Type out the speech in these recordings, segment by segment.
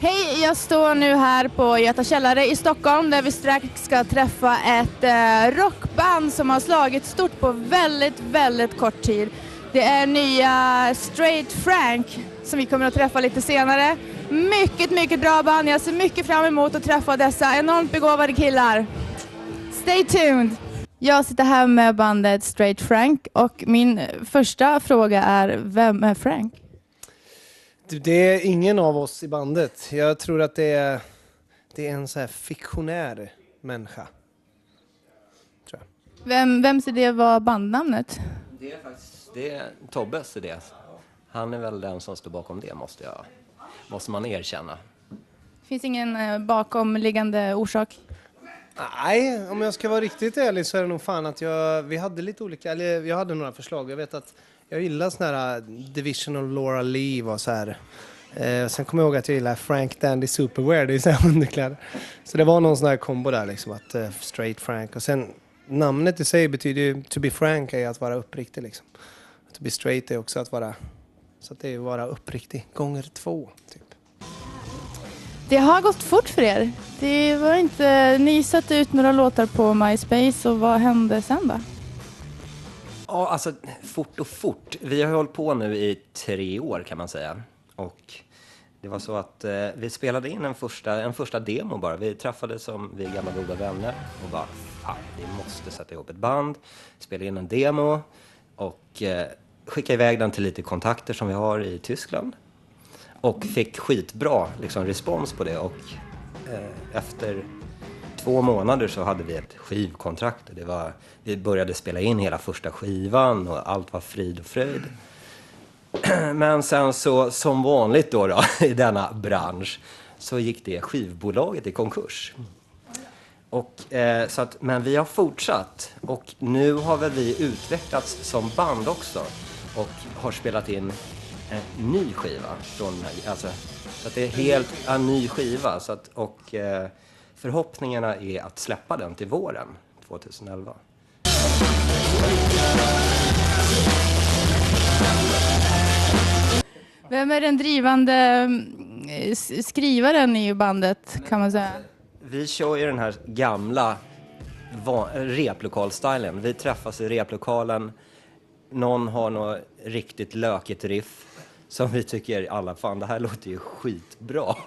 Hej, jag står nu här på Göta källare i Stockholm där vi strax ska träffa ett rockband som har slagit stort på väldigt, väldigt kort tid. Det är nya Straight Frank som vi kommer att träffa lite senare. Mycket, mycket bra band. Jag ser mycket fram emot att träffa dessa enormt begåvade killar. Stay tuned! Jag sitter här med bandet Straight Frank och min första fråga är, vem är Frank? Det är ingen av oss i bandet. Jag tror att det är en så här fiktionär människa. Tror jag. Vems idé var bandnamnet? Det är Tobbes idé. Han är väl den som står bakom det, måste man erkänna. Finns ingen bakomliggande orsak? Nej, om jag ska vara riktigt ärlig så är det nog fan att vi hade lite olika, eller jag hade några förslag. Jag vet att jag gillar sån här Division of Laura Lee och så här. Sen kommer jag ihåg att jag gillar Frank Dandy Superwear, det är så här underkläder. Så det var någon sån här kombo där liksom, att Straight Frank. Och sen namnet i sig betyder ju, to be frank är att vara uppriktig liksom. To be straight är också att vara, så att det är att vara uppriktig gånger 2 typ. Det har gått fort för er. Det var inte, ni satte ut några låtar på MySpace och vad hände sen då? Ja, alltså fort. Vi har hållit på nu i 3 år kan man säga. Och det var så att vi spelade in en första demo bara. Vi träffades som vi gamla goda vänner och bara, fan, vi måste sätta ihop ett band. Spela in en demo och skicka iväg den till lite kontakter som vi har i Tyskland. Och fick skitbra liksom, respons på det. Och efter 2 månader så hade vi ett skivkontrakt. Vi började spela in hela första skivan och allt var frid och fröjd. Men sen så, som vanligt då i denna bransch, så gick det skivbolaget i konkurs. Och, men vi har fortsatt och nu har väl vi utvecklats som band också och har spelat in en ny skiva så att det är helt en ny skiva förhoppningarna är att släppa den till våren 2011. Vem är den drivande skrivaren i bandet kan man säga? Vi kör ju den här gamla replokalstylen. Vi träffas i replokalen. Någon har något riktigt lökigt riff som vi tycker alla, fan det här låter ju skitbra.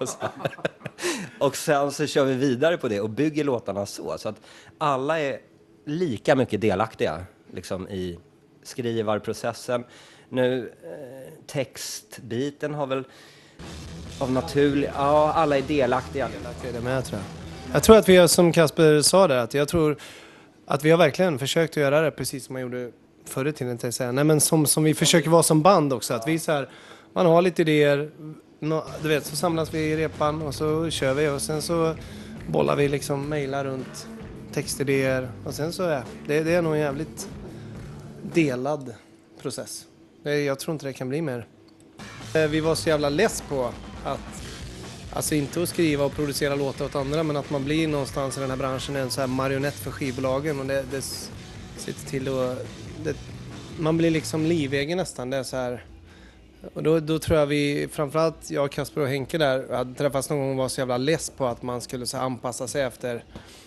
Och sen så kör vi vidare på det och bygger låtarna så att alla är lika mycket delaktiga liksom, i skrivarprocessen. Nu textbiten har väl av naturlig, ja alla är delaktiga. Jag tror att vi har, som Kasper sa där, att jag tror att vi har verkligen försökt att göra det precis som man gjorde förr i tiden, att säga. Nej, men som vi försöker vara som band också, att vi så här, man har lite idéer, du vet, så samlas vi i repan och så kör vi och sen så bollar vi liksom, mejlar runt textidéer och sen så det är nog en jävligt delad process. Jag tror inte det kan bli mer. Vi var så jävla less på att, alltså inte att skriva och producera låtar åt andra, men att man blir någonstans i den här branschen en så här marionett för skivbolagen och det sitter till och man blir liksom livegen nästan. Det är så här, och då tror jag vi, framförallt jag, Kasper och Henke där, hade träffats någon gång och var så jävla less på att man skulle så här anpassa sig efter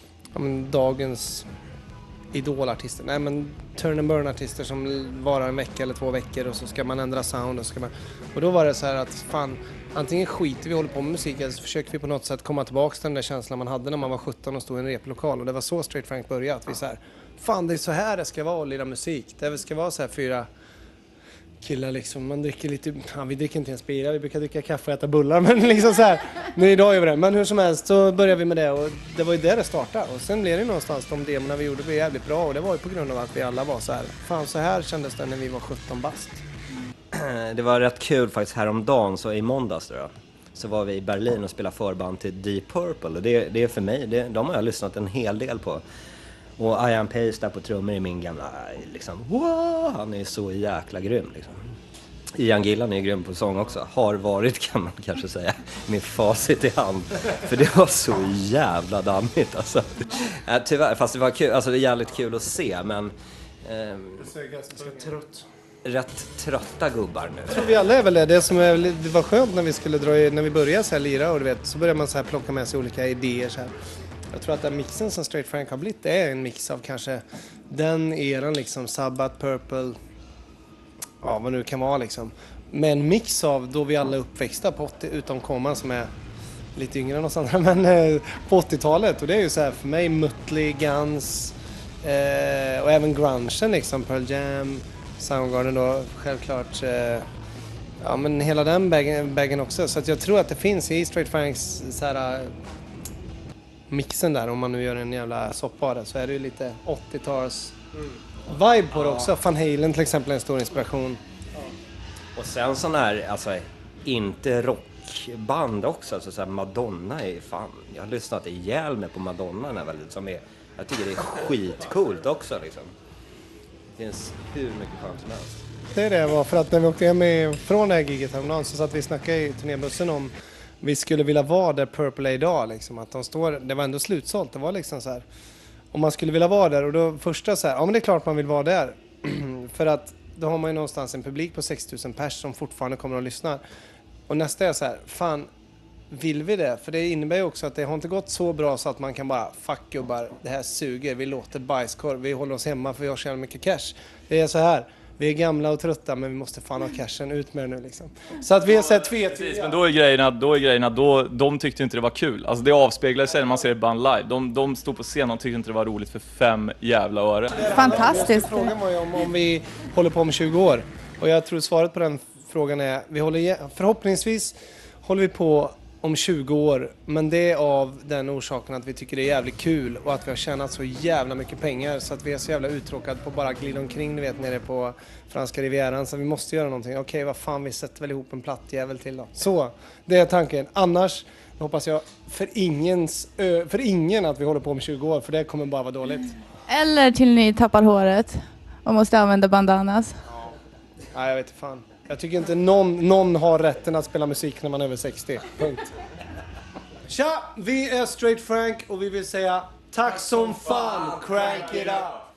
dagens idolartister. Nej, men turn and burn artister som varar en vecka eller 2 veckor och så ska man ändra sound och då var det så här att fan, antingen skiter vi håller på med musik eller så försöker vi på något sätt komma tillbaka till den där känslan man hade när man var 17 och stod i en replokal, och det var så Straight Frank började, att vi så här, fan det är så här det ska vara att lira musik. Det ska vara så här 4 killar liksom, man dricker lite, vi dricker inte ens bira, vi brukar dricka kaffe och äta bullar, men liksom så här, nu idag är vi det. Men hur som helst så började vi med det och det var ju där det startade. Och sen blev det någonstans, de demorna vi gjorde blev jävligt bra, och det var ju på grund av att vi alla var så här, fan så här kändes det när vi var 17 bast. Det var rätt kul faktiskt häromdagen, så i måndags då, så var vi i Berlin och spelade förband till Deep Purple, och det är för mig, de har jag lyssnat en hel del på. Och Ian Pace där på trummor är min gamla, liksom, wow, han är så jäkla grym liksom. Ian Gillan är grym på sång också, har varit kan man kanske säga, med facit i hand. För det var så jävla dammigt alltså. Tyvärr, fast det var kul, alltså det är jävligt kul att se, men... Jag är ganska trött. rätt trötta gubbar nu. Jag tror vi alla är väl det. Det var skönt när vi skulle när vi började så här lira och du vet, så börjar man så här plocka med sig olika idéer så här. Jag tror att den mixen som Straight Frank har blivit, det är en mix av kanske den eran liksom, Sabbath, Purple, ja vad nu kan vara liksom. Med en mix av då vi alla är uppväxta på 80, utom Koman som är lite yngre än oss andra, men på 80-talet. Och det är ju så här för mig Mötley, Guns och även grungen liksom, Pearl Jam, Soundgarden då självklart. Ja men hela den baggen också. Så att jag tror att det finns i Straight Franks så här mixen där, om man nu gör en jävla soppa av det, så är det ju lite 80-tals vibe på det också. Van Halen till exempel är en stor inspiration. Och sen sån här, alltså inte rockband också, alltså så här Madonna är fan, jag har lyssnat ihjäl med på Madonna den här väldigt, som är, jag tycker det är skitcoolt också liksom. Det finns hur mycket skönt som helst. Det var för att när vi åkte hem från det här giget häromdagen så satt vi och snackade i turnébussen om vi skulle vilja vara där Purple är idag liksom, att de står, det var ändå slutsålt, det var liksom så här, om man skulle vilja vara där, och då första så här, ja men det är klart man vill vara där för att då har man ju någonstans en publik på 6 000 pers som fortfarande kommer att lyssna, och nästa är så här, fan vill vi det? För det innebär ju också att det har inte gått så bra så att man kan bara, fuck gubbar, det här suger, vi låter bajskorv, vi håller oss hemma för vi har så mycket cash. Det är så här, vi är gamla och trötta men vi måste fan ha cashen, ut med det nu liksom. Så att vi har sett Precis, men då är grejerna, de tyckte inte det var kul. Alltså det avspeglar sig när man ser ett band live. De stod på scenen och tyckte inte det var roligt för 5 jävla öre. Fantastiskt. Frågan var ju om vi håller på om 20 år. Och jag tror svaret på den frågan är, förhoppningsvis håller vi på om 20 år, men det är av den orsaken att vi tycker det är jävligt kul och att vi har tjänat så jävla mycket pengar så att vi är så jävla uttråkade på bara glida omkring, du vet, nere på franska rivieran, så vi måste göra någonting. Okej, vad fan, vi sätter väl ihop en plattjävel till då. Så, det är tanken. Annars hoppas jag för ingen att vi håller på om 20 år, för det kommer bara vara dåligt. Eller till ni tappar håret och måste använda bandanas. Nej, jag vet inte fan. Jag tycker inte någon har rätten att spela musik när man är över 60. Punkt. Tja, vi är Straight Frank och vi vill säga tack som fan, crank it up!